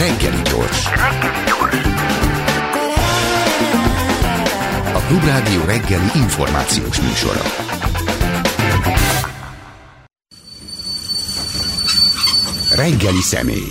Reggeli gyors. A Klubrádió reggeli információs műsora. Reggeli személy.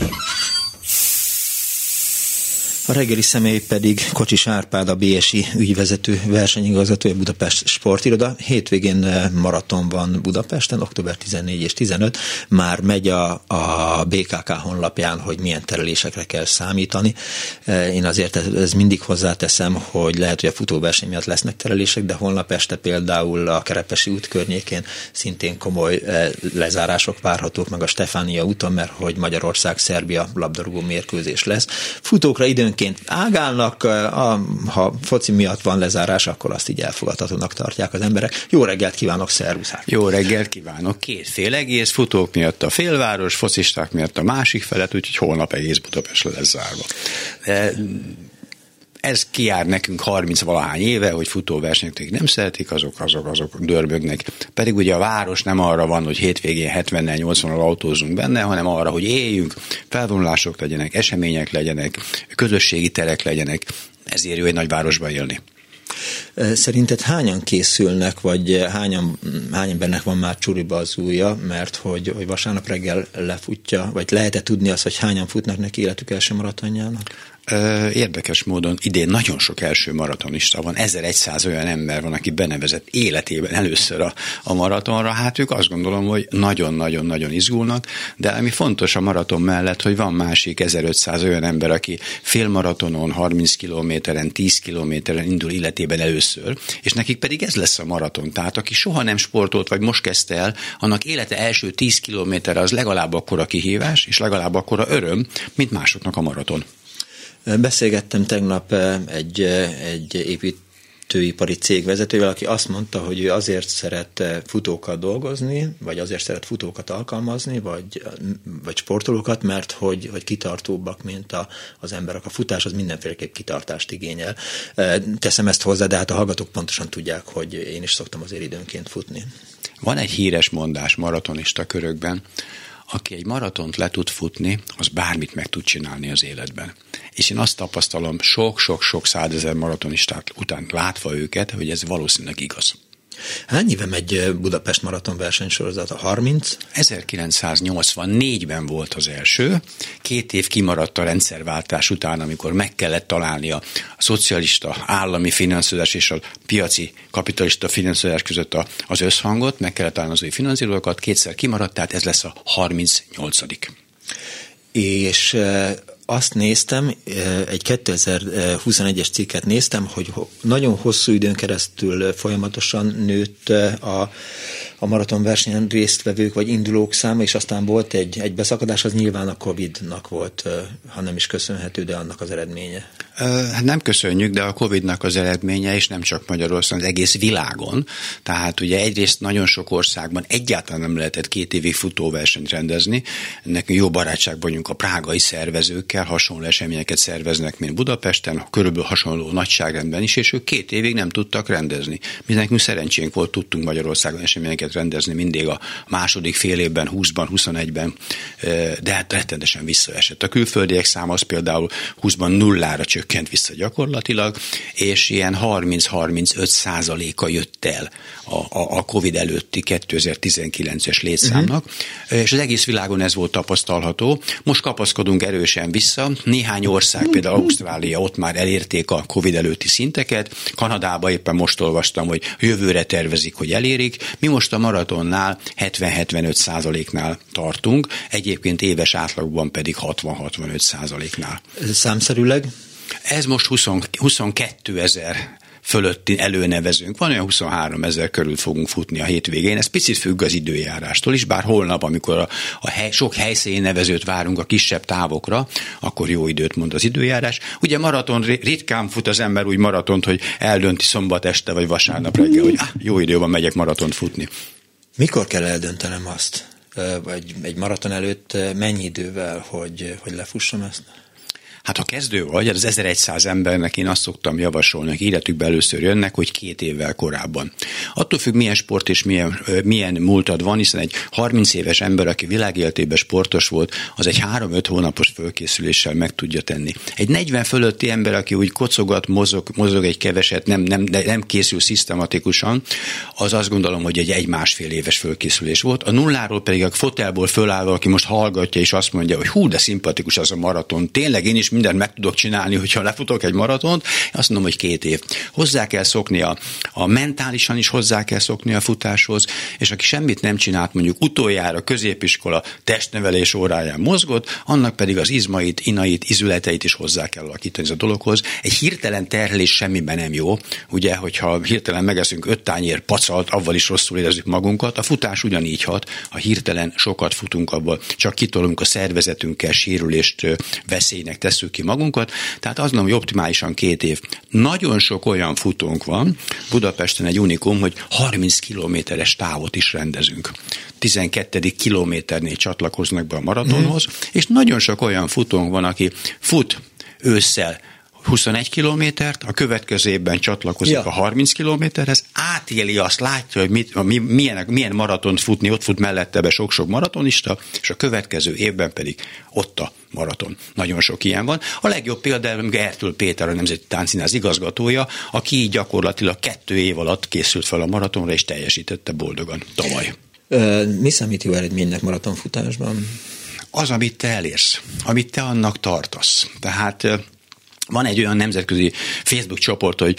A reggeli személy pedig Kocsis Árpád, a BSI ügyvezető versenyigazgatója, Budapest Sportiroda. Hétvégén maraton van Budapesten, október 14 és 15. Már megy a BKK honlapján, hogy milyen terelésekre kell számítani. Én azért ez mindig hozzáteszem, hogy lehet, hogy a futóverseny miatt lesznek terelések, de holnap este például a Kerepesi út környékén szintén komoly lezárások várhatók meg a Stefánia úton, mert hogy Magyarország-Szerbia labdarúgó mérkőzés lesz. Futókra időnként ágálnak, ha foci miatt van lezárás, akkor azt így elfogadhatónak tartják az emberek. Jó reggelt kívánok, szervusz! Jó reggelt kívánok! Kétfél egész, futók miatt a félváros, focisták miatt a másik felet, úgyhogy holnap egész Budapest lesz zárva. Ez kijár nekünk 30-valahány éve, hogy futóversenyt nem szeretik, azok dörbögnek. Pedig ugye a város nem arra van, hogy hétvégén 70-80-al autózunk benne, hanem arra, hogy éljünk, felvonulások legyenek, események legyenek, közösségi terek legyenek. Ezért jó egy nagyvárosban élni. Szerinted hányan készülnek, vagy hány embernek van már csuriba az ujja, mert hogy vasárnap reggel lefutja, vagy lehet-e tudni azt, hogy hányan futnak neki életük első maratonjának? Érdekes módon idén nagyon sok első maratonista van, 1100 olyan ember van, aki benevezett életében először a maratonra, hát ők azt gondolom, hogy nagyon-nagyon-nagyon izgulnak, de ami fontos a maraton mellett, hogy van másik 1500 olyan ember, aki félmaratonon, 30 kilométeren, 10 kilométeren indul életében először, és nekik pedig ez lesz a maraton, tehát aki soha nem sportolt, vagy most kezdte el, annak élete első 10 kilométerre az legalább akkora kihívás, és legalább akkora öröm, mint másoknak a maraton. Beszélgettem tegnap egy építőipari cég vezetővel, aki azt mondta, hogy ő azért szeret futókkal dolgozni, vagy azért szeret futókat alkalmazni, vagy sportolókat, mert hogy kitartóbbak, mint az emberek. A futás az mindenféleképp kitartást igényel. Teszem ezt hozzá, de hát a hallgatók pontosan tudják, hogy én is szoktam azért időnként futni. Van egy híres mondás maratonista körökben, aki egy maratont le tud futni, az bármit meg tud csinálni az életben. És én azt tapasztalom sok-sok-sok százezer maratonistát után látva őket, hogy ez valószínűleg igaz. Hány éve megy Budapest maraton versenysorozat? A 30? 1984-ben volt az első. 2 év kimaradt a rendszerváltás után, amikor meg kellett találni a szocialista állami finanszírozás és a piaci kapitalista finanszírozás között az összhangot, meg kellett találni az új finanszírozókat, 2-szer kimaradt, tehát ez lesz a 38. És azt néztem, egy 2021-es cikket néztem, hogy nagyon hosszú időn keresztül folyamatosan nőtt a maratonversenyen résztvevők vagy indulók száma, és aztán volt egy beszakadás, az nyilván a Covid-nak volt, ha nem is köszönhető, de annak az eredménye. Hát nem köszönjük, de a Covid-nak az eredménye, és nem csak Magyarországon, az egész világon. Tehát ugye egyrészt nagyon sok országban egyáltalán nem lehetett 2 évig futóversenyt rendezni. Nekünk jó barátságban vagyunk a prágai szervezőkkel, hasonló eseményeket szerveznek, mint Budapesten, körülbelül hasonló nagyságrendben is, és ők 2 évig nem tudtak rendezni. Mi nekünk szerencsénk volt, tudtunk Magyarországon eseményeket rendezni mindig a második fél évben, 20-ban, 21-ben, de hát rettenetesen visszaesett. A külföldiek száma az például 20-ban nullára csökkent vissza gyakorlatilag, és ilyen 30-35% jött el a Covid előtti 2019-es létszámnak, és az egész világon ez volt tapasztalható. Most kapaszkodunk erősen vissza. Néhány ország, például Ausztrália, ott már elérték a Covid előtti szinteket. Kanadában éppen most olvastam, hogy jövőre tervezik, hogy elérik. Mi most a maratonnál 70-75%-nál tartunk, egyébként éves átlagban pedig 60-65%-nál. Számszerűleg? Ez most 22 000 fölötti előnevezőnk. Van olyan 23 000 körül fogunk futni a hétvégén. Ez picit függ az időjárástól is, bár holnap, amikor sok helyszíni nevezőt várunk a kisebb távokra, akkor jó időt mond az időjárás. Ugye maraton, ritkán fut az ember úgy maratont, hogy eldönti szombat este vagy vasárnap reggel, hogy jó idő van, megyek maratont futni. Mikor kell eldöntenem azt, vagy egy maraton előtt mennyi idővel, hogy lefussam ezt? Hát ha kezdő vagy, az 1100 embernek én azt szoktam javasolni, hogy életükben először jönnek, hogy 2 évvel korábban. Attól függ, milyen sport és milyen múltad van, hiszen egy 30 éves ember, aki világéletében sportos volt, az egy 3-5 hónapos fölkészüléssel meg tudja tenni. Egy 40 fölötti ember, aki úgy kocogat, mozog egy keveset, nem készül szisztematikusan, az azt gondolom, hogy egy 1-1,5 éves fölkészülés volt. A nulláról pedig a fotelból fölállva, aki most hallgatja és azt mondja, hogy hú, de szimpatikus az a maraton. Tényleg én is mindent meg tudok csinálni, hogyha lefutok egy maratont. Azt mondom, hogy 2 év. Hozzá kell szokni a mentálisan is hozzá kell szokni a futáshoz, és aki semmit nem csinált, mondjuk utoljára középiskola testnevelés óráján mozgott, annak pedig az izmait, inait, izületeit is hozzá kell alakítani a dologhoz. Egy hirtelen terhelés semmiben nem jó. Ugye, hogyha hirtelen megeszünk 5 tányér pacalt, avval is rosszul érezzük magunkat. A futás ugyanígy hat, ha hirtelen sokat futunk, abból csak kitolunk a szervezetünkkel, sérülést, veszélynek tesszük ki magunkat. Tehát azt mondom, hogy optimálisan 2 év. Nagyon sok olyan futónk van, Budapesten egy unikum, hogy 30 kilométeres távot is rendezünk. 12. kilométernél csatlakoznak be a maratonhoz, és nagyon sok olyan futónk van, aki fut ősszel 21 kilométert, a következő évben csatlakozik a 30 kilométerhez, átéli azt, látja, hogy milyen maratont futni, ott fut mellette be sok-sok maratonista, és a következő évben pedig ott a maraton. Nagyon sok ilyen van. A legjobb például Ertül Péter, a Nemzeti Táncszínház igazgatója, aki így gyakorlatilag 2 év alatt készült fel a maratonra, és teljesítette boldogan tavaly. Mi számít jó eredménynek maratonfutásban? Az, amit te elérsz, amit te annak tartasz. Tehát van egy olyan nemzetközi Facebook csoport, hogy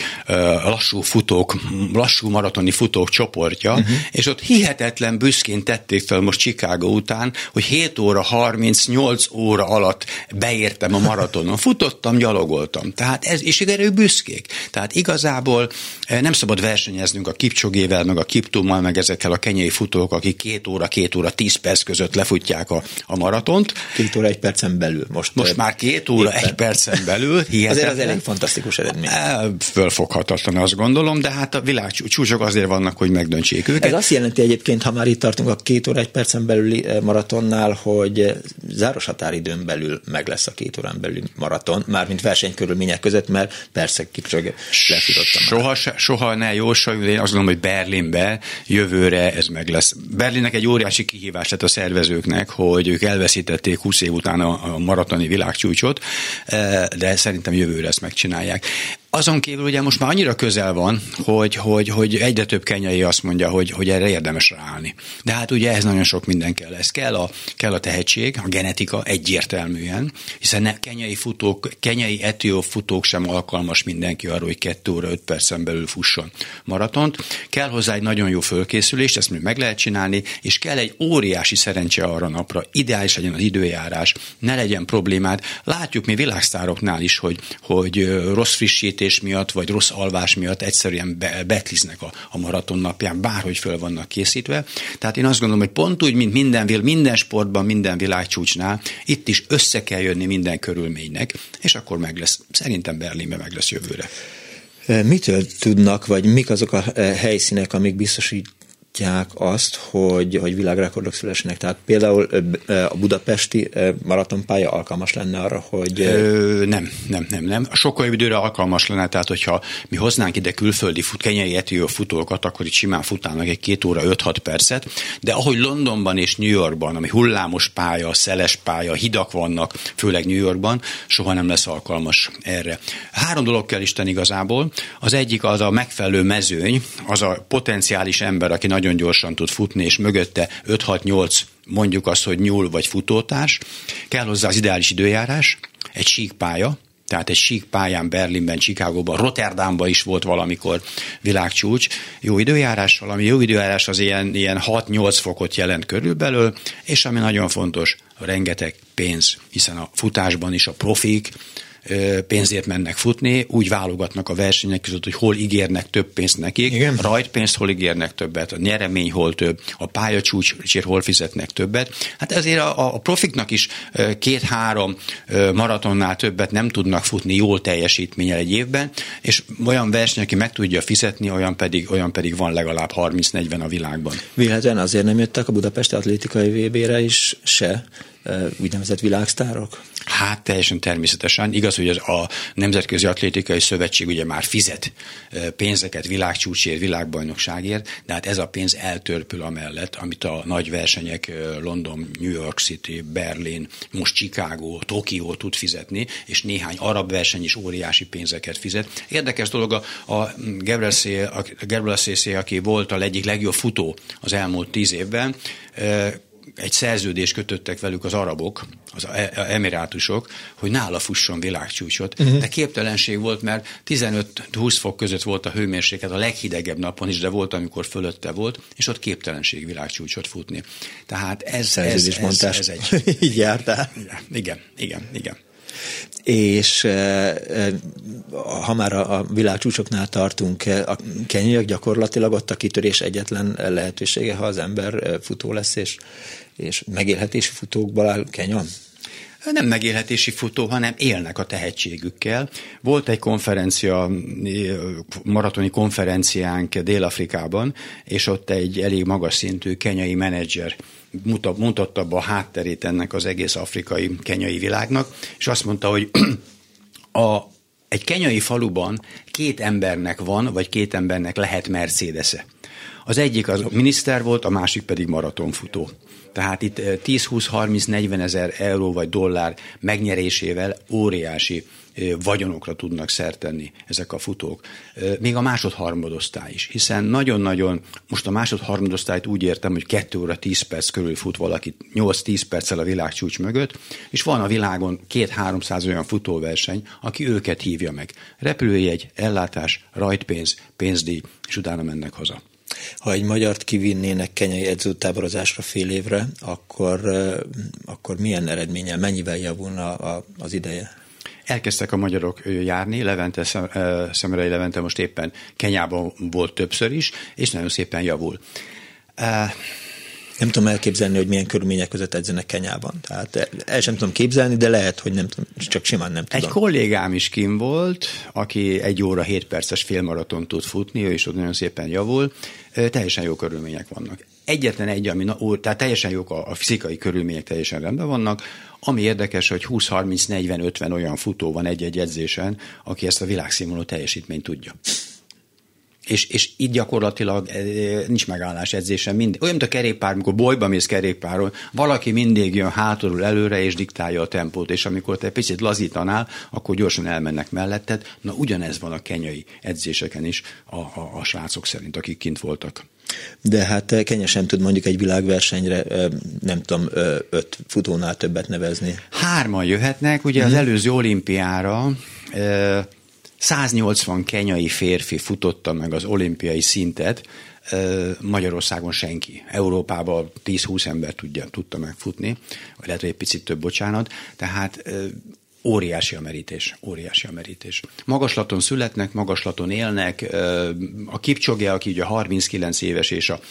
lassú maratoni futók csoportja, és ott hihetetlen büszkén tették fel most Chicago után, hogy 7 óra 38 óra alatt beértem a maratonon. Futottam, gyalogoltam. Tehát és ők büszkék. Tehát igazából nem szabad versenyeznünk a Kipcsogével, meg a Kiptummal, meg ezekkel a kenyai futók, akik 2 óra 10 perc között lefutják a maratont. 2 óra 1 percen belül. Most már 2 óra 1 percen belül. Azért az elég fantasztikus eredmény. Fölfoghatatlan, azt gondolom, de hát a világcsúcsok azért vannak, hogy megdöntsék őket. Ez azt jelenti egyébként, ha már itt tartunk a 2 óra 1 percen belüli maratonnál, hogy záros határidőn belül meg lesz a 2 órán belüli maraton, mármint versenykörülmények között, mert persze Kipchoge lefutottam. Soha ne jósolj, én azt gondolom, hogy Berlinbe jövőre ez meg lesz. Berlinnek egy óriási kihívás lett a szervezőknek, hogy ők elveszítették 20 év után a maratoni világcsúcsot, de szerintem jövőre ezt megcsinálják. Azon kívül ugye most már annyira közel van, hogy egyre több kenyai azt mondja, hogy erre érdemes ráállni. De hát ugye ehhez nagyon sok minden kell. Ez kell a tehetség, a genetika egyértelműen, hiszen kenyai etióp futók sem alkalmas mindenki arra, hogy 2 óra 5 percen belül fusson maratont. Kell hozzá egy nagyon jó fölkészülés, ezt még meg lehet csinálni, és kell egy óriási szerencse arra napra, ideális legyen az időjárás, ne legyen problémád. Látjuk mi világsztároknál is, hogy rossz frissítés miatt, vagy rossz alvás miatt egyszerűen betliznek a maraton napján, bárhogy föl vannak készítve. Tehát én azt gondolom, hogy pont úgy, mint minden sportban, minden világcsúcsnál, itt is össze kell jönni minden körülménynek, és akkor meg lesz. Szerintem Berlinben meg lesz jövőre. Mitől tudnak, vagy mik azok a helyszínek, amik biztosítják azt, hogy világrekordok szülessenek? Tehát például a budapesti maratonpálya alkalmas lenne arra, hogy... Nem. Sokkal időre alkalmas lenne, tehát hogyha mi hoznánk ide külföldi kenyai etióp futókat, akkor itt simán futálnak egy 2 óra 5-6 percet, de ahogy Londonban és New Yorkban, ami hullámos pálya, szeles pálya, hidak vannak, főleg New Yorkban, soha nem lesz alkalmas erre. 3 dolog kell Isten igazából. Az egyik az a megfelelő mezőny, az a potenciális ember, aki nagyon gyorsan tud futni, és mögötte 5-6-8 mondjuk azt, hogy nyúl vagy futótárs. Kell hozzá az ideális időjárás, egy síkpálya, tehát egy síkpályán Berlinben, Chicagóban, Rotterdamban is volt valamikor világcsúcs. Jó időjárás, valami jó időjárás az ilyen 6-8 fokot jelent körülbelül, és ami nagyon fontos, rengeteg pénz, hiszen a futásban is a profik pénzért mennek futni, úgy válogatnak a versenyek között, hogy hol ígérnek több pénzt nekik, igen. Rajtpénzt hol ígérnek többet, a nyeremény hol több, a pályacsúcsért hol fizetnek többet. Hát ezért a profiknak is 2-3 maratonnál többet nem tudnak futni jól teljesítménnyel egy évben, és olyan verseny, aki meg tudja fizetni, olyan pedig van legalább 30-40 a világban. Véletlenül azért nem jöttek a budapesti atlétikai VB-re is se úgynevezett világsztárok? Hát teljesen természetesen. Igaz, hogy a Nemzetközi Atlétikai Szövetség ugye már fizet pénzeket világcsúcsért, világbajnokságért, de hát ez a pénz eltörpül amellett, amit a nagy versenyek London, New York City, Berlin, most Chicago, Tokió tud fizetni, és néhány arab verseny is óriási pénzeket fizet. Érdekes dolog, a Ghebreyesus, aki volt a egyik legjobb futó az elmúlt 10 évben, egy szerződést kötöttek velük az arabok, az emirátusok, hogy nála fusson világcsúcsot. De képtelenség volt, mert 15-20 fok között volt a hőmérséklet a leghidegebb napon is, de volt, amikor fölötte volt, és ott képtelenség világcsúcsot futni. Tehát ez egy... Így jártál. Igen. És ha már a világcsúcsoknál tartunk, a kenyaiak gyakorlatilag ott a kitörés egyetlen lehetősége, ha az ember futó lesz, és megélhetési futókból áll Kenya? Nem megélhetési futó, hanem élnek a tehetségükkel. Volt egy maratoni konferenciánk Dél-Afrikában, és ott egy elég magas szintű kenyai menedzser mutatta be a hátterét ennek az egész afrikai kenyai világnak, és azt mondta, hogy egy kenyai faluban 2 embernek van, vagy 2 embernek lehet Mercedes-e. Az egyik az miniszter volt, a másik pedig maratonfutó. Tehát itt 10-20-30-40 ezer euró vagy dollár megnyerésével óriási vagyonokra tudnak szert tenni ezek a futók. Még a másod-harmadosztály is, hiszen nagyon-nagyon, most a másod-harmadosztályt úgy értem, hogy 2 óra 10 perc körül fut valaki 8-10 perccel a világcsúcs mögött, és van a világon 200-300 olyan futóverseny, aki őket hívja meg. Repülőjegy, ellátás, rajtpénz, pénzdíj, és utána mennek haza. Ha egy magyart kivinnének kenyai edzőtáborozásra fél évre, akkor milyen eredménnyel, mennyivel javulna az ideje? Elkezdtek a magyarok járni, Szemerei Levente most éppen Kenyában volt többször is, és nagyon szépen javul. Nem tudom elképzelni, hogy milyen körülmények között edzenek Kenyában. Tehát el sem tudom képzelni, de lehet, hogy nem tudom, csak simán nem tudom. Egy kollégám is kim volt, aki 1 óra 7 perces félmaraton tud futni, ő is ott nagyon szépen javul. Teljesen jó körülmények vannak. Egyetlen egy, tehát teljesen jók a fizikai körülmények, teljesen rendben vannak. Ami érdekes, hogy 20-30-40-50 olyan futó van egy-egy edzésen, aki ezt a világszínvonalú teljesítményt tudja. És itt gyakorlatilag nincs megállás edzésen. Olyan, mint a kerékpár, amikor bolyba mész kerékpáron, valaki mindig jön hátulról előre, és diktálja a tempót, és amikor te picit lazítanál, akkor gyorsan elmennek melletted. Na, ugyanez van a kenyai edzéseken is a srácok szerint, akik kint voltak. De hát Kenya sem tud mondjuk egy világversenyre, nem tudom, 5 futónál többet nevezni. 3 jöhetnek, ugye az előző olimpiára 180 kenyai férfi futotta meg az olimpiai szintet, Magyarországon senki. Európában 10-20 ember tudta megfutni, vagy lehet, hogy egy picit több, bocsánat. Tehát óriási a merítés. Magaslaton születnek, magaslaton élnek. A Kipchoge, aki ugye 39 éves, és a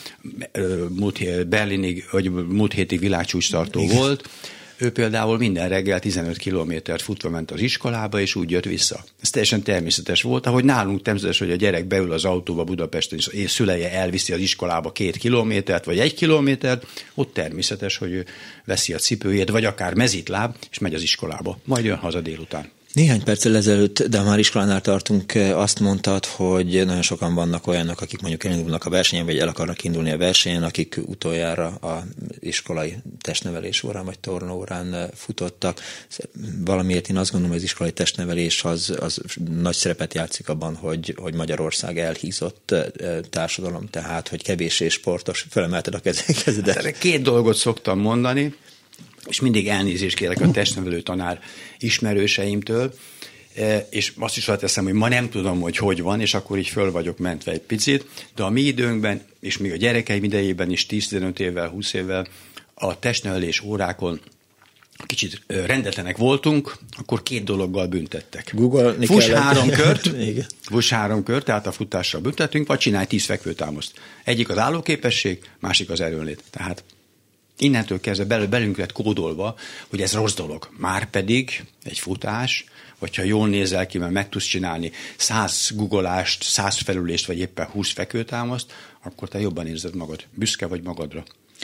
múlt hétig világcsúcstartó volt, ő például minden reggel 15 kilométert futva ment az iskolába, és úgy jött vissza. Ez teljesen természetes volt, ahogy nálunk természetes, hogy a gyerek beül az autóba Budapesten, és szüleje elviszi az iskolába 2 kilométert, vagy 1 kilométert, ott természetes, hogy ő veszi a cipőjét, vagy akár mezitláb, és megy az iskolába. Majd jön haza délután. Néhány perccel ezelőtt, de már iskolánál tartunk, azt mondtad, hogy nagyon sokan vannak olyanok, akik mondjuk elindulnak a versenyen, vagy el akarnak indulni a versenyen, akik utoljára az iskolai testnevelés órán, vagy tornaórán futottak. Valamiért én azt gondolom, hogy az iskolai testnevelés az nagy szerepet játszik abban, hogy Magyarország elhízott társadalom, tehát, hogy kevéssé sportos. Fölemelted a kezedet. 2 dolgot szoktam mondani, és mindig elnézést kérek a testnevelő tanár ismerőseimtől, és azt is teszem, hogy ma nem tudom, hogy van, és akkor így föl vagyok mentve egy picit, de a mi időnkben, és még a gyerekeim idejében is 10-15 évvel, 20 évvel a testnevelés órákon kicsit rendetlenek voltunk, akkor 2 dologgal büntettek. Fuss 3 kört, tehát a futással büntettünk, vagy csinálj 10 fekvőtámaszt. Egyik az állóképesség, másik az erőnlét. Tehát innentől kezdve belünk lett kódolva, hogy ez rossz dolog. Márpedig egy futás, hogyha jól nézel ki, mert meg tudsz csinálni 100 guggolást, 100 felülést, vagy éppen 20 fekvőtámaszt, akkor te jobban érzed magad. Büszke vagy magadra.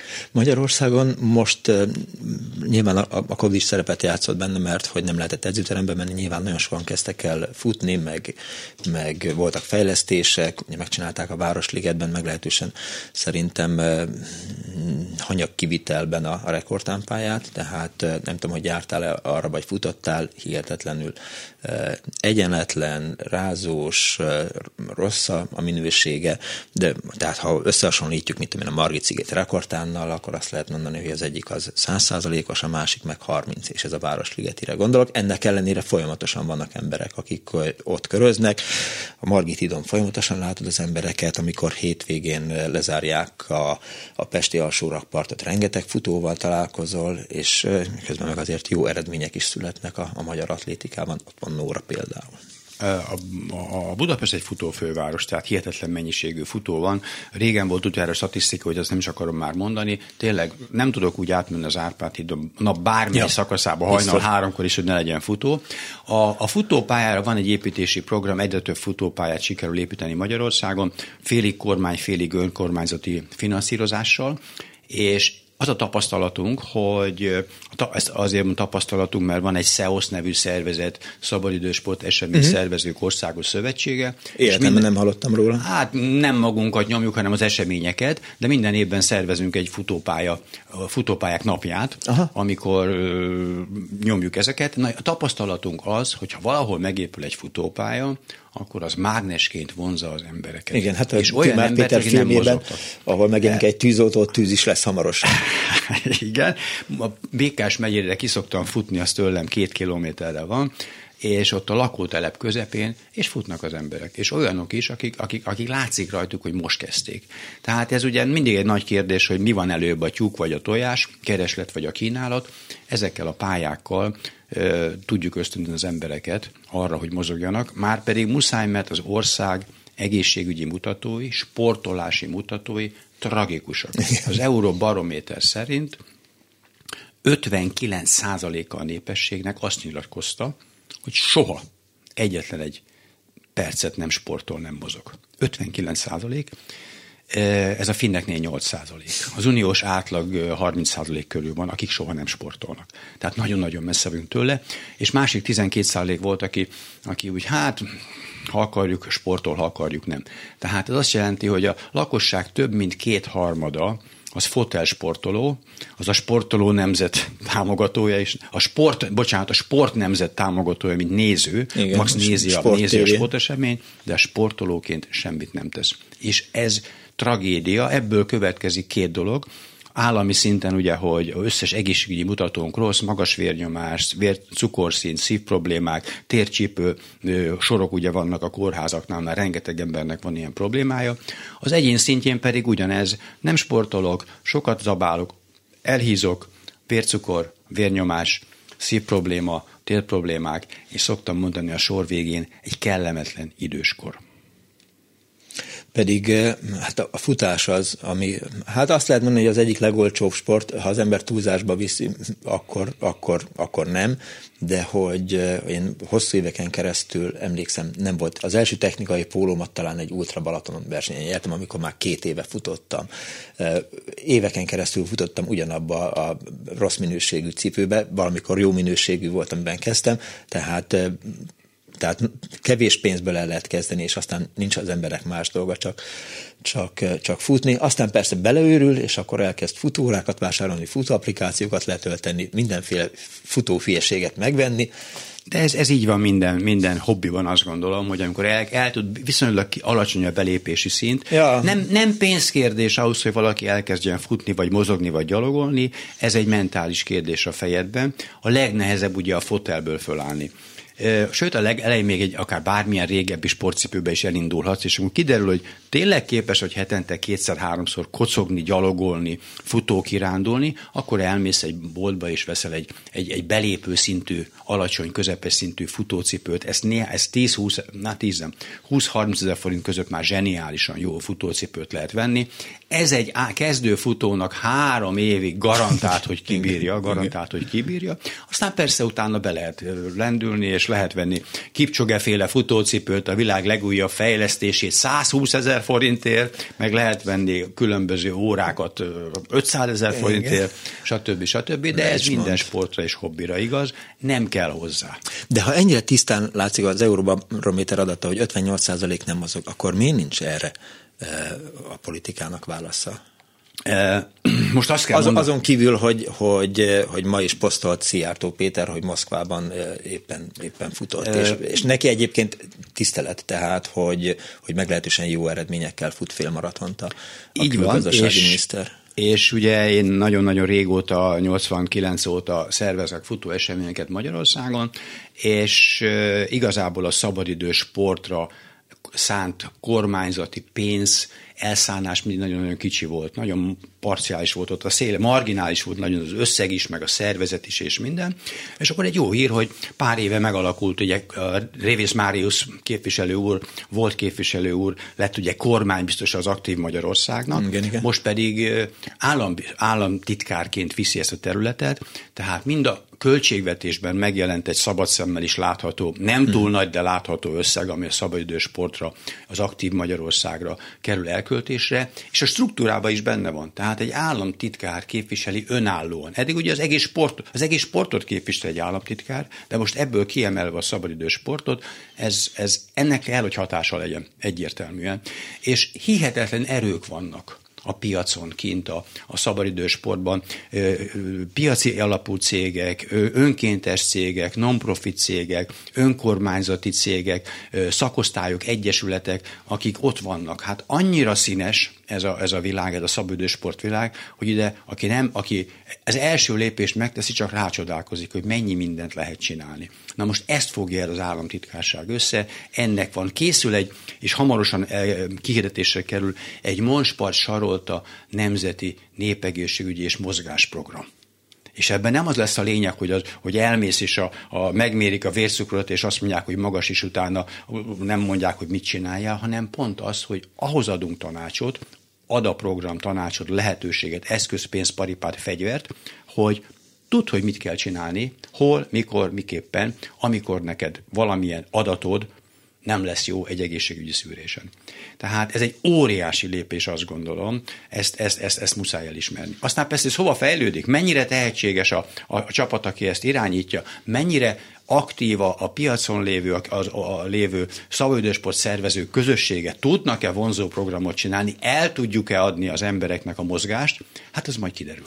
Magyarországon most nyilván a Covid is szerepet játszott benne, mert hogy nem lehetett edzőterembe menni, nyilván nagyon sokan kezdtek el futni, meg voltak fejlesztések, megcsinálták a Városligetben meglehetősen szerintem hanyagkivitelben a rekordtámpályát, tehát nem tudom, hogy jártál arra, vagy futottál, hihetetlenül egyenletlen, rázós, rossz a minősége, de tehát ha összehasonlítjuk, mint a Margit-sziget rekordtánnal, akkor azt lehet mondani, hogy az egyik az 100%-os, a másik meg 30, és ez a Városligetire gondolok. Ennek ellenére folyamatosan vannak emberek, akik ott köröznek. A Margit-hídon folyamatosan látod az embereket, amikor hétvégén lezárják a pesti alsórakpartot, rengeteg futóval találkozol, és közben meg azért jó eredmények is születnek a magyar atlétikában. Ott van Nóra például. A Budapest egy futófőváros, tehát hihetetlen mennyiségű futó van. Régen volt utoljára statisztika, hogy azt nem is akarom már mondani. Tényleg nem tudok úgy átmenni az Árpád-hídon, bármely szakaszába hajnal 3-kor is, hogy ne legyen futó. A futópályára van egy építési program, egyre több futópályát sikerül építeni Magyarországon, félig kormány, félig önkormányzati finanszírozással, és az a tapasztalatunk, hogy ezt azért tapasztalatunk, mert van egy SEOS nevű szervezet, Szabadidősport Esemény Szervezők Országos Szövetsége. Életemben nem hallottam róla. Hát nem magunkat nyomjuk, hanem az eseményeket, de minden évben szervezünk egy futópályák napját, amikor nyomjuk ezeket. Na, a tapasztalatunk az, hogyha valahol megépül egy futópálya, akkor az mágnesként vonzza az embereket. Igen, hát és olyan emberek, akik nem mozogtak. Ahol megjelenik egy tűzoltó, tűz is lesz hamarosan. Igen. A Békás megyére kiszoktam futni, az tőlem 2 kilométerre van, és ott a lakótelep közepén, és futnak az emberek. És olyanok is, akik látszik rajtuk, hogy most kezdték. Tehát ez ugye mindig egy nagy kérdés, hogy mi van előbb, a tyúk vagy a tojás, kereslet vagy a kínálat. Ezekkel a pályákkal tudjuk ösztönözni az embereket arra, hogy mozogjanak, márpedig muszáj, mert az ország egészségügyi mutatói, sportolási mutatói tragikusak. Az Euróbarométer szerint 59%-a a népességnek azt nyilatkozta, hogy soha egyetlen egy percet nem sportol, nem mozog. 59%. Ez a finneknél 8%. Az uniós átlag 30% körül van, akik soha nem sportolnak. Tehát nagyon-nagyon messze vagyunk tőle, és másik 12% volt, aki úgy ha akarjuk, sportol, ha akarjuk, nem. Tehát ez azt jelenti, hogy a lakosság több mint 2/3 az fotelsportoló, az a sportoló nemzet támogatója, és a sport nemzet támogatója, mint néző, igen, max nézi a sportesemény, de a sportolóként semmit nem tesz. És ez tragédia, ebből következik 2 dolog. Állami szinten ugye, hogy az összes egészségügyi mutatónk rossz, magas vérnyomás, cukorszint, szívproblémák, tércsípő sorok ugye vannak a kórházaknál, már rengeteg embernek van ilyen problémája. Az egyén szintjén pedig ugyanez, nem sportolok, sokat zabálok, elhízok, vércukor, vérnyomás, szívprobléma, térproblémák, és szoktam mondani a sor végén egy kellemetlen időskor. Pedig hát a futás az, ami, hát azt lehet mondani, hogy az egyik legolcsóbb sport, ha az ember túlzásba viszi, akkor nem, de hogy én hosszú éveken keresztül emlékszem, nem volt. Az első technikai pólómat talán egy Ultra Balatonon versenyen nyertem, amikor már 2 éve futottam. Éveken keresztül futottam ugyanabba a rossz minőségű cipőbe, valamikor jó minőségű volt, amiben kezdtem, tehát kevés pénzből el lehet kezdeni, és aztán nincs az emberek más dolga, csak futni. Aztán persze beleőrül, és akkor elkezd futóórákat vásárolni, futóapplikációkat letölteni, mindenféle futófülyeséget megvenni. De ez így van minden hobbiban, azt gondolom, hogy amikor el tud viszonylag alacsony a belépési szint, nem pénzkérdés ahhoz, hogy valaki elkezdjen futni, vagy mozogni, vagy gyalogolni, ez egy mentális kérdés a fejedben. A legnehezebb ugye a fotelből fölállni. Sőt, a legelején még akár bármilyen régebbi sportcipőbe is elindulhatsz, és akkor kiderül, hogy tényleg képes, hogy hetente 2-3-szor kocogni, gyalogolni, futókirándulni, akkor elmész egy boltba és veszel egy belépő szintű, alacsony, közepes szintű futócipőt. Ez 20-30 ezer forint között már zseniálisan jó futócipőt lehet venni. Ez egy kezdő futónak 3 évig garantált, hogy kibírja. Aztán persze utána be lehet lendülni, és lehet venni Kipchoge-féle futócipőt, a világ legújabb fejlesztését 120 000 forintért, meg lehet venni különböző órákat 500 000 forintért, stb. De ez minden sportra és hobbira igaz, nem kell hozzá. De ha ennyire tisztán látszik az Euróbarométer adata, hogy 58% nem mozog, akkor miért nincs erre a politikának válasza? Most azt kell azon kívül, hogy ma is posztolt Szijjártó Péter, hogy Moszkvában éppen futott, és neki egyébként tisztelet tehát, hogy meglehetősen jó eredményekkel fut félmaratont a gazdasági miniszter. És ugye én nagyon-nagyon régóta, 89 óta szervezek futóeseményeket Magyarországon, és igazából a szabadidős sportra szánt kormányzati pénz, elszánás mindig nagyon-nagyon kicsi volt, nagyon parciális volt ott a széle, marginális volt nagyon az összeg is, meg a szervezet is, és minden. És akkor egy jó hír, hogy pár éve megalakult, ugye Révész Máriusz képviselő úr, volt képviselő úr, lett ugye kormánybiztos az Aktív Magyarországnak, igen. Most pedig államtitkárként viszi ezt a területet, tehát mind a költségvetésben megjelent egy szabad szemmel is látható, nem túl nagy, de látható összeg, ami a szabadidős sportra, az Aktív Magyarországra kerül elköltésre, és a struktúrában is benne van. Tehát egy államtitkár képviseli önállóan. Eddig ugye az egész sportot képvisel egy államtitkár, de most ebből kiemelve a szabadidős sportot, ennek kell, hogy hatása legyen egyértelműen. És hihetetlen erők vannak a piacon kint, a szabadidős sportban, piaci alapú cégek, önkéntes cégek, non-profit cégek, önkormányzati cégek, szakosztályok, egyesületek, akik ott vannak. Hát annyira színes ez a világ, ez a szabadidős sportvilág, hogy ide, aki az első lépést megteszi, csak rácsodálkozik, hogy mennyi mindent lehet csinálni. Na most ezt fogja el az államtitkárság össze, ennek van, készül és hamarosan kihirdetésre kerül egy Monspart Sarolta nemzeti népegészségügyi és mozgásprogram. És ebben nem az lesz a lényeg, hogy elmész és megmérik a vércukrot, és azt mondják, hogy magas is, utána nem mondják, hogy mit csináljál, hanem pont az, hogy ahhoz adunk tanácsot, ad a program tanácsot, lehetőséget, eszköz, pénzt, paripát, fegyvert, hogy tudd, hogy mit kell csinálni, hol, mikor, miképpen, amikor neked valamilyen adatod nem lesz jó egy egészségügyi szűrésen. Tehát ez egy óriási lépés, azt gondolom, ezt muszáj elismerni. Aztán persze ez hova fejlődik, mennyire tehetséges a csapat, aki ezt irányítja, mennyire aktív a piacon lévő szabadidősport szervező közössége, tudnak-e vonzó programot csinálni, el tudjuk-e adni az embereknek a mozgást, hát ez majd kiderül.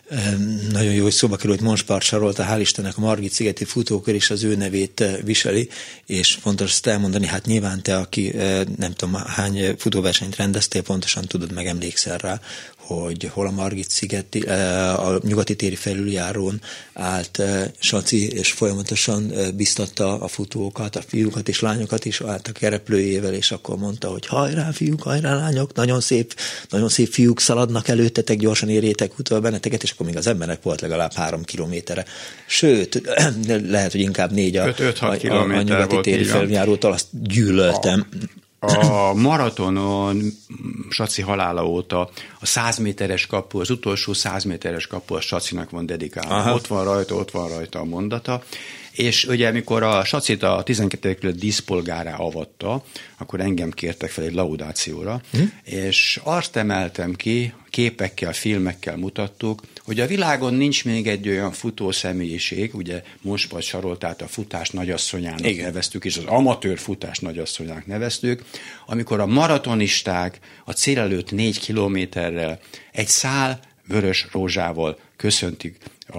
Nagyon jó, hogy szóba került Monspart Sarolta, hál' Istennek a Margit-szigeti futókör is az ő nevét viseli, és fontos ezt elmondani, hát nyilván te, aki nem tudom hány futóversenyt rendeztél, pontosan tudod, meg emlékszel rá, hogy hol a Margit-szigeti, a nyugati téri felüljárón állt Saci, és folyamatosan biztatta a futókat, a fiúkat és lányokat is, állt a kereplőjével, és akkor mondta, hogy hajrá fiúk, hajrá lányok, nagyon szép fiúk szaladnak előttetek, gyorsan érjétek utol benneteket, és akkor még az embernek volt legalább 3 kilométerre. Sőt, lehet, hogy inkább 4 a nyugati téri felüljárótól, azt gyűlöltem. A maratonon Saci halála óta a 100 méteres kapu, az utolsó 100 méteres kapu a Sacinak van dedikálva. Ott van rajta a mondata. És ugye, amikor a Sacit a 12. kerület díszpolgárá avatta, akkor engem kértek fel egy laudációra, és azt emeltem ki, képekkel, filmekkel mutattuk, hogy a világon nincs még egy olyan futó személyiség, ugye Monspart Saroltát a futás nagyasszonyának neveztük, és az amatőr futás nagyasszonyának neveztük, amikor a maratonisták a cél előtt 4 kilométerrel egy szál vörös rózsával köszöntik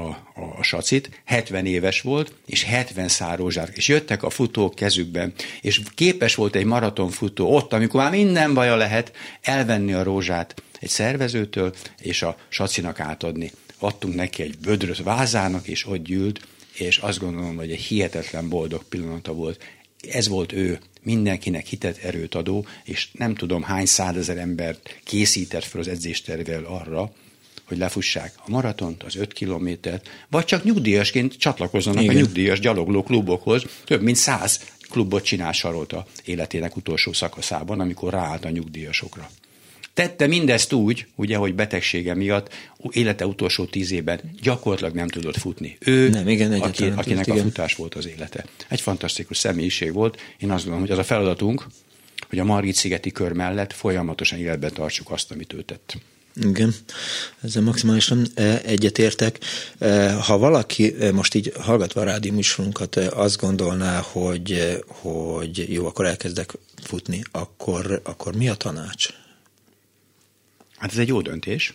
a Sacit, 70 éves volt, és 70 szál rózsát, és jöttek a futók kezükben, és képes volt egy maratonfutó ott, amikor már minden baja lehet, elvenni a rózsát egy szervezőtől, és a Sacinak átadni. Adtunk neki egy bödröt vázának, és ott gyűlt, és azt gondolom, hogy egy hihetetlen boldog pillanata volt. Ez volt ő, mindenkinek hitet, erőt adó, és nem tudom hány 100 000 embert készített fel az edzéstervével arra, hogy lefussák a maratont, az 5 kilométert, vagy csak nyugdíjasként csatlakozzanak a nyugdíjas gyalogló klubokhoz. Több mint 100 klubot csinál Sarolta életének utolsó szakaszában, amikor ráállt a nyugdíjasokra. Tette mindezt úgy, ugye, hogy betegsége miatt élete utolsó 10 évben gyakorlatilag nem tudott futni. Ő, nem, igen, akinek a futás volt az élete. Egy fantasztikus személyiség volt. Én azt gondolom, hogy az a feladatunk, hogy a Margit-szigeti kör mellett folyamatosan életben tartsuk azt, amit ő tett. Igen, ezzel maximálisan egyetértek. Ha valaki most így hallgatva a rádió műsorunkat azt gondolná, hogy jó, akkor elkezdek futni, akkor mi a tanács? Hát ez egy jó döntés.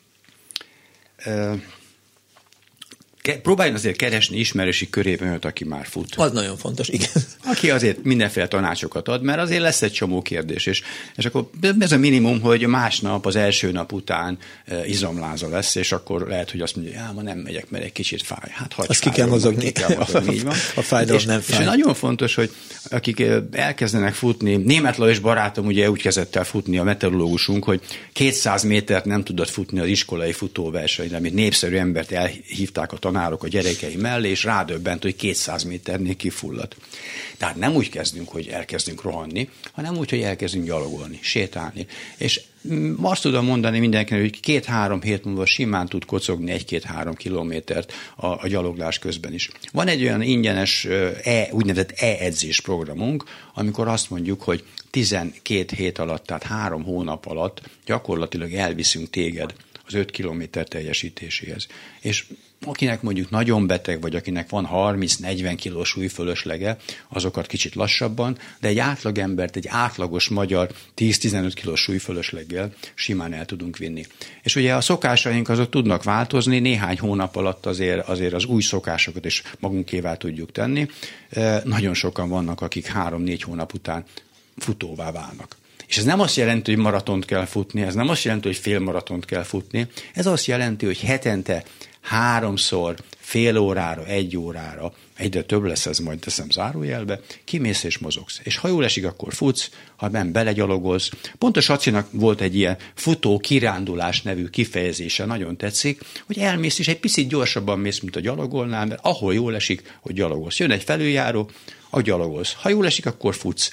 Próbáljon azért keresni ismerősi körében olyat, aki már fut. Az nagyon fontos, igen. Aki azért mindenféle tanácsokat ad, mert azért lesz egy csomó kérdés, és akkor ez a minimum, hogy másnap, az első nap után izomláza lesz, és akkor lehet, hogy azt mondja, ma nem megyek, mert egy kicsit fáj. Hát azt ki kell mozogni. Így van. A fájdalom nem fáj. És nagyon fontos, hogy akik elkezdenek futni, Németh Lajos barátom ugye úgy kezdett el futni, a meteorológusunk, hogy 200 métert nem tudott futni az iskolai futóversenyre, amit népszerű embert elhívták a tanárok a gyerekei mellé, és rádöbbent, hogy 200 méternél kifulladt. Tehát nem úgy kezdünk, hogy elkezdünk rohanni, hanem úgy, hogy elkezdünk gyalogolni, sétálni. És azt tudom mondani mindenkinek, hogy 2-3 hét múlva simán tud kocogni 1-2-3 kilométert a gyaloglás közben is. Van egy olyan ingyenes úgynevezett e-edzés programunk, amikor azt mondjuk, hogy 12 hét alatt, tehát 3 hónap alatt gyakorlatilag elviszünk téged az 5 kilométer teljesítéséhez. És akinek mondjuk nagyon beteg, vagy akinek van 30-40 kilós súlyfölöslege, azokat kicsit lassabban, de egy átlagembert, egy átlagos magyar 10-15 kilós súlyfölösleggel simán el tudunk vinni. És ugye a szokásaink azok tudnak változni, néhány hónap alatt azért az új szokásokat is magunkévá tudjuk tenni. Nagyon sokan vannak, akik 3-4 hónap után futóvá válnak. És ez nem azt jelenti, hogy maratont kell futni, ez nem azt jelenti, hogy félmaratont kell futni, ez azt jelenti, hogy hetente 3-szor, fél órára, 1 órára, egyre több lesz, ez majd teszem zárójelbe, kimész és mozogsz. És ha jól esik, akkor futsz, ha nem, belegyalogolsz. Pont a Sacinak volt egy ilyen futó kirándulás nevű kifejezése, nagyon tetszik, hogy elmész és egy picit gyorsabban mész, mint a gyalogolnál, mert ahol jól esik, hogy gyalogolsz. Jön egy felüljáró, ahogy gyalogolsz. Ha jól esik, akkor futsz.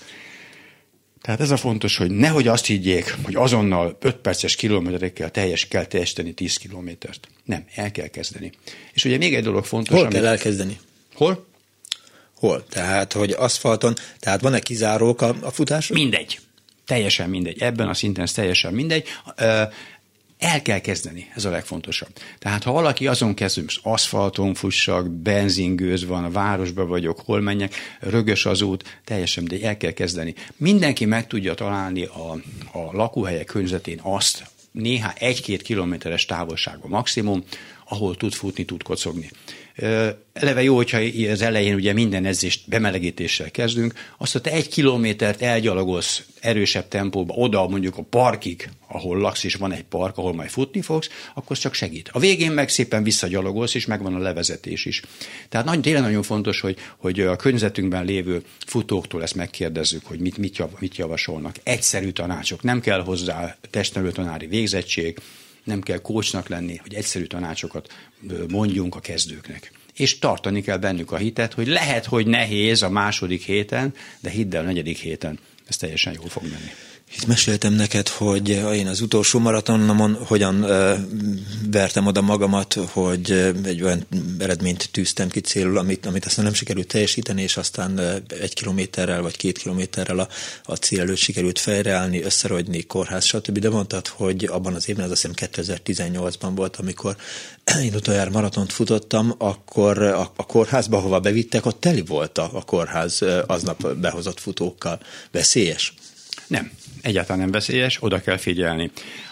Tehát ez a fontos, hogy nehogy azt higgyék, hogy azonnal 5 perces kilométerekkel kell teljesíteni 10 kilométert. Nem, el kell kezdeni. És ugye még egy dolog fontos. Hol kell elkezdeni? Hol? Hol? Tehát, hogy aszfalton, tehát van-e kizárók a futásra? Mindegy. Teljesen mindegy. Ebben a szinten ez teljesen mindegy. El kell kezdeni, ez a legfontosabb. Tehát ha valaki azon kezdünk, aszfalton fussak, benzingőz van, a városban vagyok, hol menjek, rögös az út, teljesen mindegy, el kell kezdeni. Mindenki meg tudja találni a lakóhelyek környezetén azt, néha 1-2 kilométeres távolságban maximum, ahol tud futni, tud kocogni. Eleve jó, hogyha az elején ugye minden edzést bemelegítéssel kezdünk, azt, hogy te 1 kilométert elgyalogolsz erősebb tempóba, oda mondjuk a parkig, ahol laksz, és van egy park, ahol majd futni fogsz, akkor csak segít. A végén meg szépen visszagyalogolsz, és megvan a levezetés is. Tehát tényleg nagyon fontos, hogy a környezetünkben lévő futóktól ezt megkérdezzük, hogy mit javasolnak. Egyszerű tanácsok, nem kell hozzá testnevelő tanári végzettség, nem kell coachnak lenni, hogy egyszerű tanácsokat mondjunk a kezdőknek. És tartani kell bennük a hitet, hogy lehet, hogy nehéz a második héten, de hidd el, a 4. héten ez teljesen jól fog menni. Itt meséltem neked, hogy én az utolsó maratonomon hogyan vertem oda magamat, hogy egy olyan eredményt tűztem ki célul, amit aztán nem sikerült teljesíteni, és aztán 1 kilométerrel vagy 2 kilométerrel a cél előtt sikerült fejreállni, összerogyni, kórház, stb. De mondtad, hogy abban az évben, az azt hiszem 2018-ban volt, amikor én utoljára maratont futottam, akkor a kórházba, hova bevittek, ott teli volt a kórház aznap behozott futókkal. Veszélyes? Nem. Egyáltalán nem veszélyes, oda kell figyelni.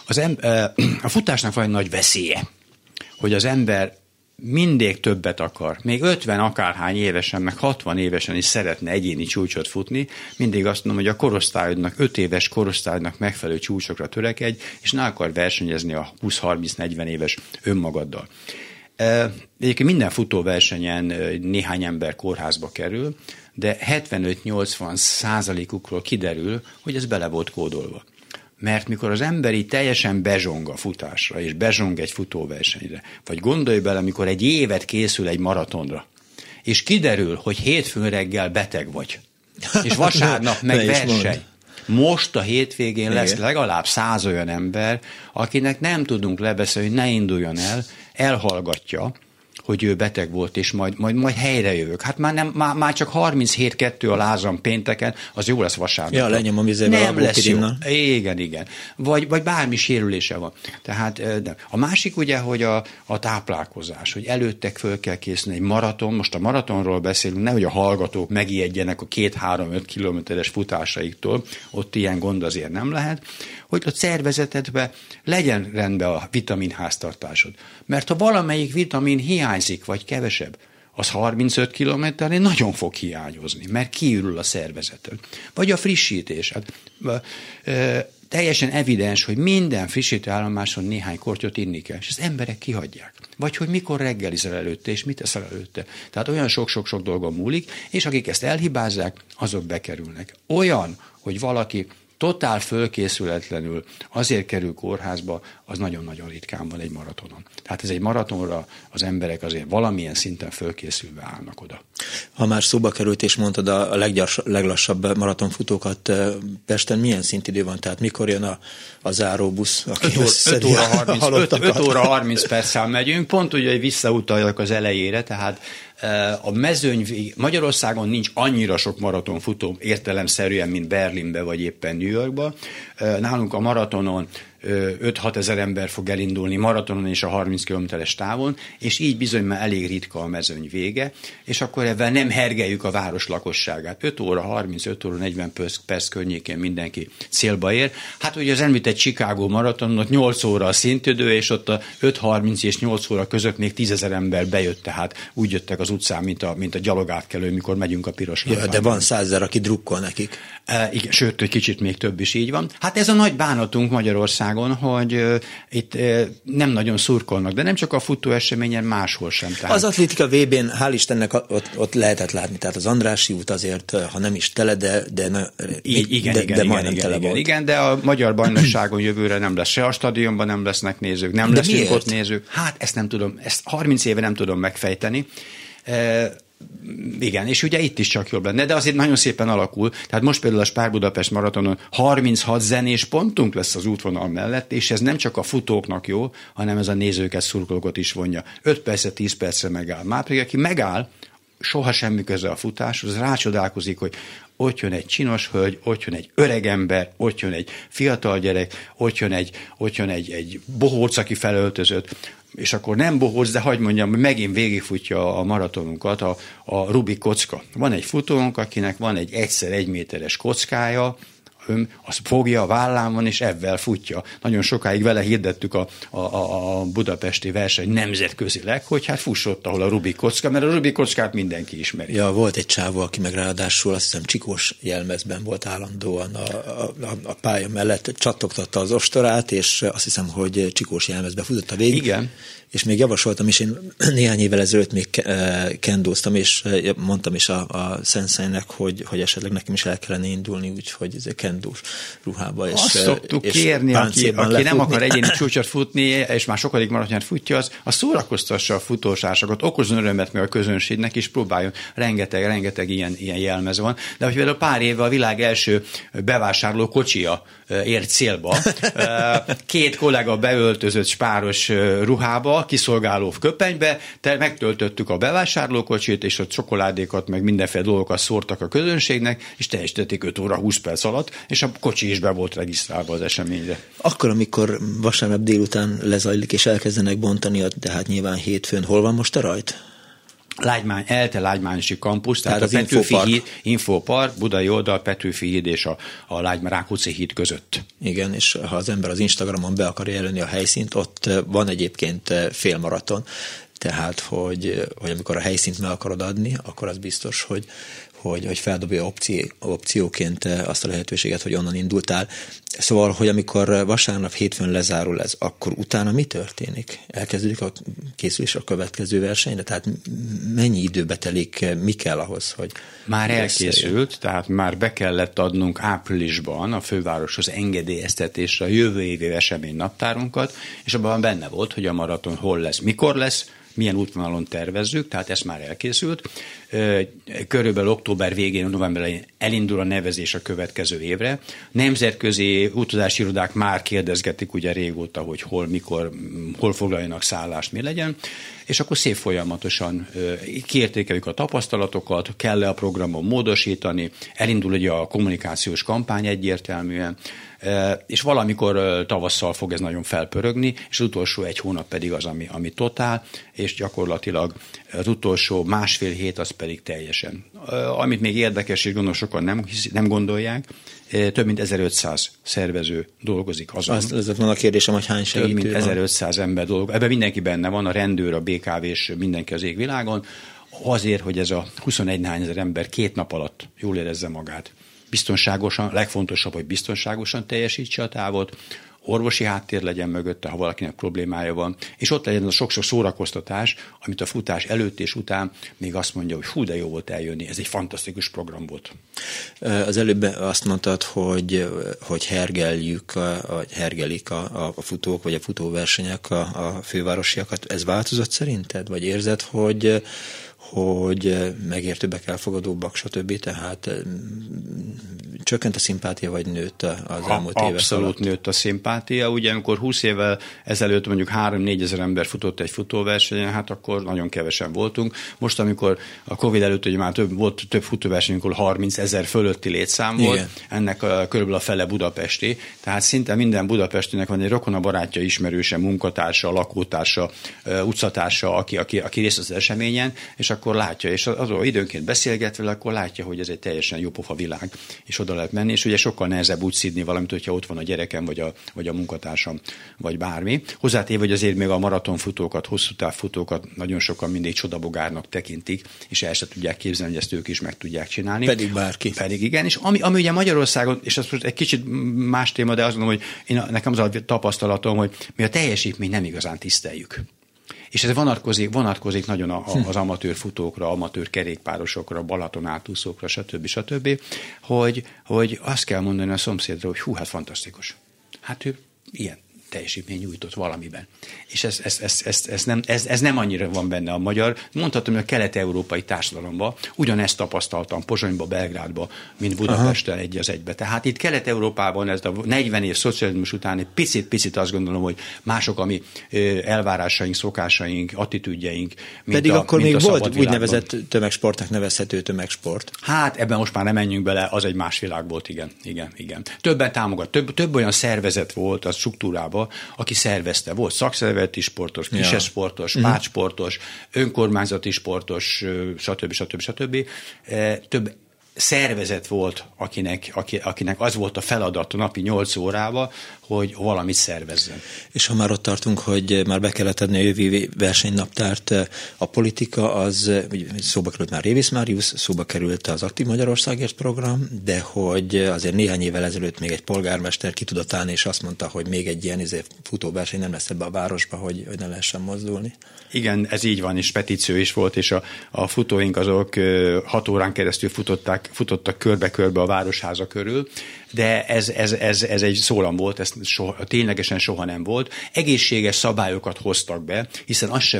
A futásnak van egy nagy veszélye, hogy az ember mindig többet akar. Még 50 akárhány évesen, meg 60 évesen is szeretne egyéni csúcsot futni. Mindig azt mondom, hogy a korosztályodnak, 5 éves korosztályodnak megfelelő csúcsokra törekedj, és ne akar versenyezni a 20-30-40 éves önmagaddal. Egyébként minden futóversenyen néhány ember kórházba kerül, de 75-80% kiderül, hogy ez bele volt kódolva. Mert mikor az ember így teljesen bezsong a futásra, és bezsong egy futóversenyre, vagy gondolj bele, mikor egy évet készül egy maratonra, és kiderül, hogy hétfőn reggel beteg vagy, és vasárnap meg verseny, Most a hétvégén lesz legalább 100 olyan ember, akinek nem tudunk lebeszélni, hogy ne induljon el, elhallgatja, hogy ő beteg volt, és majd helyre jövök. Hát már csak 37-2 a lázam pénteken, az jó lesz vasárnap. Ja, lenyomom izével a blokirinnal. Igen. Vagy bármi sérülése van. Tehát a másik ugye, hogy a táplálkozás, hogy előttek föl kell készülni egy maraton, most a maratonról beszélünk, nehogy a hallgatók megijedjenek a 2-3-5 kilométeres futásaiktól, ott ilyen gond azért nem lehet, hogy a szervezetedben legyen rendben a vitaminháztartásod. Mert ha valamelyik vitamin hiányzik, vagy kevesebb, az 35 kilométernél nagyon fog hiányozni, mert kiürül a szervezeted. Vagy a frissítés. Teljesen evidens, hogy minden frissítő állomáson néhány kortyot inni kell, és az emberek kihagyják. Vagy hogy mikor reggelizel előtte, és mit teszel előtte. Tehát olyan sok-sok dolgon múlik, és akik ezt elhibázzák, azok bekerülnek. Olyan, hogy valaki totál fölkészületlenül azért kerül kórházba, az nagyon-nagyon ritkán van egy maratonon. Tehát ez egy maratonra az emberek azért valamilyen szinten fölkészülve állnak oda. Ha már szóba került és mondtad a leglassabb maratonfutókat Pesten, milyen szintidő van? Tehát mikor jön a záróbusz? 5 óra 30 perccel megyünk, pont ugye, hogy visszautaljak az elejére, tehát a mezőny, Magyarországon nincs annyira sok maratonfutó értelemszerűen, mint Berlinbe vagy éppen New Yorkba. Nálunk a maratonon 5-6 ezer ember fog elindulni maratonon és a 30 kilométeres távon, és így bizony már elég ritka a mezőny vége, és akkor ebben nem hergeljük a város lakosságát. 5 óra 30, 5 óra 40 perc környékén mindenki célba ér. Hát ugye az említett Chicago maratonon ott 8 óra a szintidő, és ott a 5:30 és 8 óra között még 10 000 ember bejött, tehát úgy jöttek az utcán, mint a gyalogátkelő, mikor megyünk a piros lámpán. Ja, de van 100 000, aki drukkol nekik. Igen, sőt, egy kicsit még több is így van. Hát ez a nagy bánatunk Magyarországon, hogy itt nem nagyon szurkolnak, de nem csak a futóeseményen, máshol sem. Tehát. Az atlétika VB-n, hál' Istennek ott lehetett látni, tehát az Andrássy út azért, ha nem is tele, de majdnem tele volt. Igen, de a magyar bajnokságon jövőre nem lesz se a stadionban, nem lesznek nézők, nem lesznek ott nézők. Hát ezt nem tudom, ezt 30 éve nem tudom megfejteni. Igen, és ugye itt is csak jobb lenne, de azért nagyon szépen alakul. Tehát most például a Spár Budapest maratonon 36 zenés pontunk lesz az útvonal mellett, és ez nem csak a futóknak jó, hanem ez a nézőket, szurkolókat is vonja. 5 percre, 10 percre megáll. Már pedig aki megáll, soha semmi köze a futáshoz, rácsodálkozik, hogy ott jön egy csinos hölgy, ott jön egy öreg ember, ott jön egy fiatal gyerek, ott jön egy bohóc, aki felöltözött, és akkor nem bohóc, de hagyd mondjam, hogy megint végigfutja a maratonunkat a Rubik kocka. Van egy futónk, akinek van egy 1x1 méteres kockája, azt fogja, a vállán van, és ebben futja. Nagyon sokáig vele hirdettük a budapesti verseny nemzetközileg, hogy hát fussott, ahol a Rubik kocka, mert a Rubik kockát mindenki ismeri. Ja, volt egy csávó, aki meg ráadásul azt hiszem csikós jelmezben volt állandóan a pálya mellett, csattogtatta az ostorát, és azt hiszem, hogy csikós jelmezben futott a végig. Igen. És még javasoltam, és én néhány évvel ezelőtt még kendóztam, és mondtam is a Senseinek, hogy esetleg nekem is el kellene indulni, úgyhogy ez kendós ruhába. Azt szoktuk kérni, aki nem akar egyéni csúcsot futni, és már sokadik maratonját futja, az szórakoztassa a futósársakat, okozzon örömet meg a közönségnek, és próbáljon. Rengeteg ilyen jelmez van. De hogy például pár éve a világ első bevásárló kocsia ért célba. 2 kollega beöltözött spáros ruhába, kiszolgáló köpenybe, megtöltöttük a bevásárlókocsit, és a csokoládékat, meg mindenféle dolgokat szórtak a közönségnek, és teljesítették 5 óra 20 perc alatt, és a kocsi is be volt regisztrálva az eseményre. Akkor, amikor vasárnap délután lezajlik, és elkezdenek bontani, tehát nyilván hétfőn, hol van most a rajt? ELTE Lágymányosi Kampusz, tehát a Petőfi híd, Infopark, Budai oldal, Petőfi híd és a Rákóczi híd között. Igen, és ha az ember az Instagramon be akarja jelölni a helyszínt, ott van egyébként félmaraton, tehát hogy amikor a helyszínt meg akarod adni, akkor az biztos, hogy feldobja opcióként azt a lehetőséget, hogy onnan indultál. Szóval, hogy amikor vasárnap hétfőn lezárul ez, akkor utána mi történik? Elkezdődik a készülés a következő versenyre? Tehát mennyi időbe telik, mi kell ahhoz, hogy... Már elkészült, tehát már be kellett adnunk áprilisban a fővároshoz engedélyeztetésre a jövő évi eseménynaptárunkat, és abban benne volt, hogy a maraton hol lesz, mikor lesz, milyen útvonalon tervezzük, tehát ez már elkészült. körülbelül október végén, novemberben elindul a nevezés a következő évre. Nemzetközi utazási irodák már kérdezgetik ugye régóta, hogy hol, mikor, hol foglaljanak szállást, mi legyen, és akkor szép folyamatosan kiértékeljük a tapasztalatokat, kell-e a programon módosítani, elindul ugye a kommunikációs kampány egyértelműen, és valamikor tavasszal fog ez nagyon felpörögni, és az utolsó egy hónap pedig az, ami totál, és gyakorlatilag az utolsó másfél hét az pedig teljesen. Amit még érdekes, és gondolom sokan nem gondolják, több mint 1500 szervező dolgozik azon. Ez van a kérdésem, hogy hány segítő több mint 1500 ember dolgozik. Ebben mindenki benne van, a rendőr, a BKV és mindenki az égvilágon, azért, hogy ez a 21 ezer ember 2 nap alatt jól érezze magát. Biztonságosan, legfontosabb, hogy biztonságosan teljesítse a távot, orvosi háttér legyen mögötte, ha valakinek problémája van, és ott legyen az a sok-sok szórakoztatás, amit a futás előtt és után még azt mondja, hogy hú, de jó volt eljönni, ez egy fantasztikus program volt. Az előbb azt mondtad, hogy hergelik a futók, vagy a futóversenyek a fővárosiakat. Ez változott szerinted? Vagy érzed, hogy megértőbbek, elfogadóbbak, stb. Tehát csökkent a szimpátia, vagy nőtt az elmúlt évek alatt? Abszolút nőtt a szimpátia. Ugye amikor 20 évvel ezelőtt mondjuk 3-4 ezer ember futott egy futóversenyen, hát akkor nagyon kevesen voltunk. Most, amikor a Covid előtt ugye már volt több futóverseny, amikor 30 000 fölötti létszám volt, igen. Ennek körülbelül a fele budapesti. Tehát szinte minden budapestinek van egy rokona, barátja, ismerőse, munkatársa, lakótársa, utcatársa, aki részt az eseményen, és akkor látja, és azon időnként beszélget vele, akkor látja, hogy ez egy teljesen jópofa világ, és oda lehet menni, és ugye sokkal nehezebb úgy szidni valamit, hogyha ott van a gyerekem, vagy a munkatársam, vagy bármi. Hozzátéve, hogy azért még a maratonfutókat, hosszú távfutókat nagyon sokan mindig csodabogárnak tekintik, és el se tudják képzelni, hogy ezt ők is meg tudják csinálni. Pedig bárki. Pedig igen, és ami ugye Magyarországon, és ez most egy kicsit más téma, de azt mondom, hogy nekem az a tapasztalatom, hogy mi a teljesítményt nem igazán tiszteljük. És ez vonatkozik nagyon az amatőr futókra, amatőr kerékpárosokra, Balaton átúszókra, stb., hogy azt kell mondani a szomszédra, hogy hú, hát fantasztikus. Hát ő ilyen teljesítmény nyújtott valamiben. És ez nem annyira van benne a magyar. Mondhatom, hogy a kelet-európai társadalomban ugyanezt tapasztaltam Pozsonyba, Belgrádba, mint Budapesten egy az egybe. Tehát itt Kelet-Európában ez a 40 év szocializmus után egy picit azt gondolom, hogy mások a mi elvárásaink, szokásaink, attitűdjeink, pedig akkor még volt úgynevezett tömegsportnak nevezhető tömegsport. Hát ebben most már nem menjünk bele, az egy más világ volt, igen. Többen támogat, több olyan szervezet volt a struktúrában, aki szervezte. Volt szakszervezeti sportos, kisebb sportos, pártsportos, önkormányzati sportos, stb. Több szervezet volt, akinek az volt a feladat a napi 8 órában, hogy valamit szervezzen. És ha már ott tartunk, hogy már be kellett adni a jövő versenynaptárt, a politika az, szóba került már Révész Máriusz, szóba került az Aktív Magyarországért program, de hogy azért néhány évvel ezelőtt még egy polgármester ki tudott állni, és azt mondta, hogy még egy ilyen futóverseny nem lesz ebbe a városba, hogy ne lehessen mozdulni. Igen, ez így van, és petíció is volt, és a futóink azok 6 órán keresztül futottak körbe-körbe a városháza körül, de ez egy szólam volt, ez ténylegesen soha nem volt. Egészséges szabályokat hoztak be, hiszen az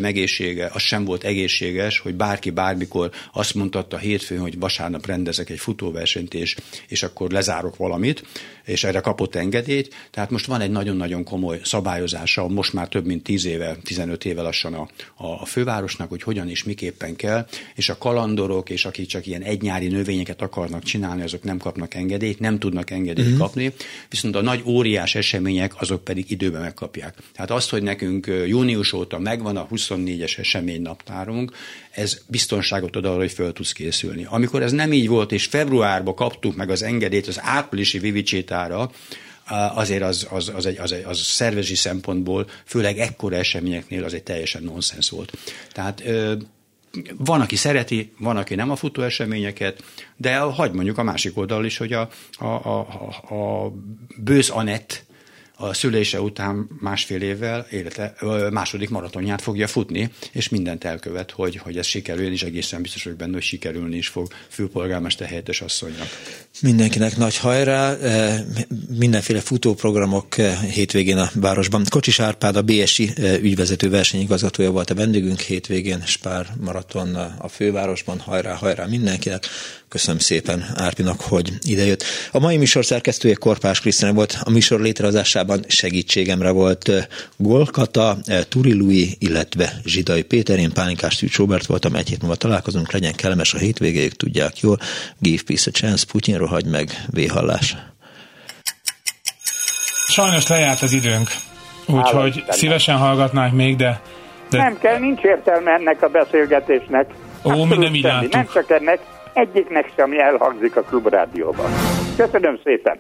sem volt egészséges, hogy bárki bármikor azt mondhatta hétfőn, hogy vasárnap rendezek egy futóversenyt, és akkor lezárok valamit, és erre kapott engedélyt. Tehát most van egy nagyon-nagyon komoly szabályozása, most már több mint 15 éve lassan a fővárosnak, hogy hogyan és miképpen kell, és a kalandorok, és akik csak ilyen egynyári növényeket akarnak csinálni, azok nem kapnak engedélyt, nem tudnak engedélyt kapni, viszont a nagy óriás események, azok pedig időben megkapják. Tehát azt, hogy nekünk június óta megvan a 24-es eseménynaptárunk, ez biztonságot ad arra, hogy föl tudsz készülni. Amikor ez nem így volt, és februárban kaptuk meg az engedélyt az áprilisi Vivicsétára, azért az szervezési szempontból, főleg ekkora eseményeknél az egy teljesen nonsens volt. Tehát van, aki szereti, van, aki nem a futóeseményeket, de hagyd mondjuk a másik oldal is, hogy a Bőz Anett a szülése után másfél évvel második maratonját fogja futni, és mindent elkövet, hogy ez sikerüljön, és egészen biztos vagyok benne, hogy sikerülni is fog főpolgármester helyettes asszonynak. Mindenkinek nagy hajrá, mindenféle futóprogramok hétvégén a városban. Kocsis Árpád, a BSI ügyvezető versenyigazgatója volt a vendégünk hétvégén, Spár maraton a fővárosban. Hajrá, hajrá mindenkinek! Köszönöm szépen Árpinak, hogy idejött. A mai műsor szerkesztője Korpás Krisztina volt, a műsor létrehozásában segítségemre volt Golkata, Turi Lui, illetve Zsidai Péter, én Pálinkás Szűcs Róbert voltam, egy hét múlva találkozunk, legyen kellemes a hétvégéig, tudják jól, give peace a chance, Putyin rohagy meg, véhallás. Sajnos lejárt az időnk, úgyhogy szívesen hallgatnánk még, de... Nem kell, nincs értelme ennek a beszélgetésnek. Mi nem így láttuk. Nem csak ennek, egyiknek sem elhangzik a Klubrádióban. Köszönöm szépen!